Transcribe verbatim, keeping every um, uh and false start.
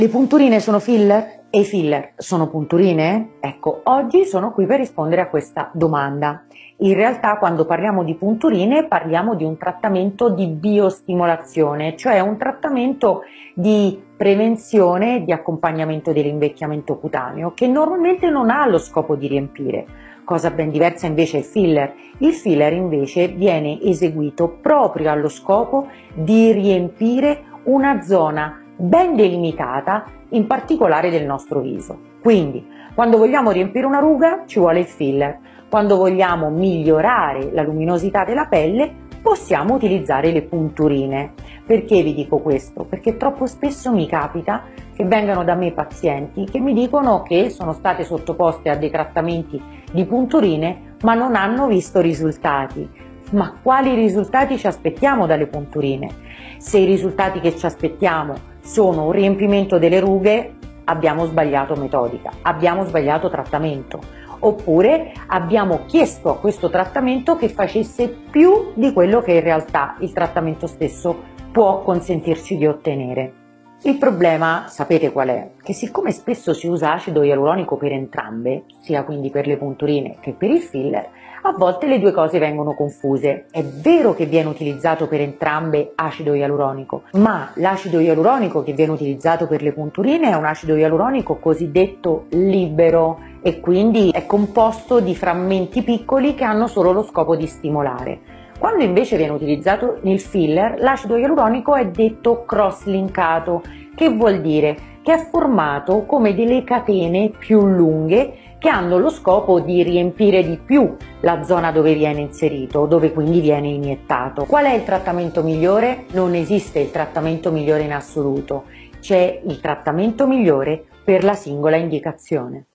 Le punturine sono filler? E i filler sono punturine? Ecco, oggi sono qui per rispondere a questa domanda. In realtà quando parliamo di punturine parliamo di un trattamento di biostimolazione, cioè un trattamento di prevenzione, di accompagnamento dell'invecchiamento cutaneo, che normalmente non ha lo scopo di riempire. Cosa ben diversa invece è il filler. Il filler invece viene eseguito proprio allo scopo di riempire una zona ben delimitata, in particolare del nostro viso. Quindi, quando vogliamo riempire una ruga ci vuole il filler, quando vogliamo migliorare la luminosità della pelle possiamo utilizzare le punturine. Perché vi dico questo? Perché troppo spesso mi capita che vengano da me pazienti che mi dicono che sono state sottoposte a dei trattamenti di punturine ma non hanno visto risultati. Ma quali risultati ci aspettiamo dalle punturine? Se i risultati che ci aspettiamo sono un riempimento delle rughe, abbiamo sbagliato metodica, abbiamo sbagliato trattamento, oppure abbiamo chiesto a questo trattamento che facesse più di quello che in realtà il trattamento stesso può consentirci di ottenere. Il problema, sapete qual è? Che siccome spesso si usa acido ialuronico per entrambe, sia quindi per le punturine che per il filler, a volte le due cose vengono confuse. È vero che viene utilizzato per entrambe acido ialuronico, ma l'acido ialuronico che viene utilizzato per le punturine è un acido ialuronico cosiddetto libero e quindi è composto di frammenti piccoli che hanno solo lo scopo di stimolare. Quando invece viene utilizzato nel filler, l'acido ialuronico è detto cross-linkato, che vuol dire che è formato come delle catene più lunghe che hanno lo scopo di riempire di più la zona dove viene inserito, dove quindi viene iniettato. Qual è il trattamento migliore? Non esiste il trattamento migliore in assoluto, c'è il trattamento migliore per la singola indicazione.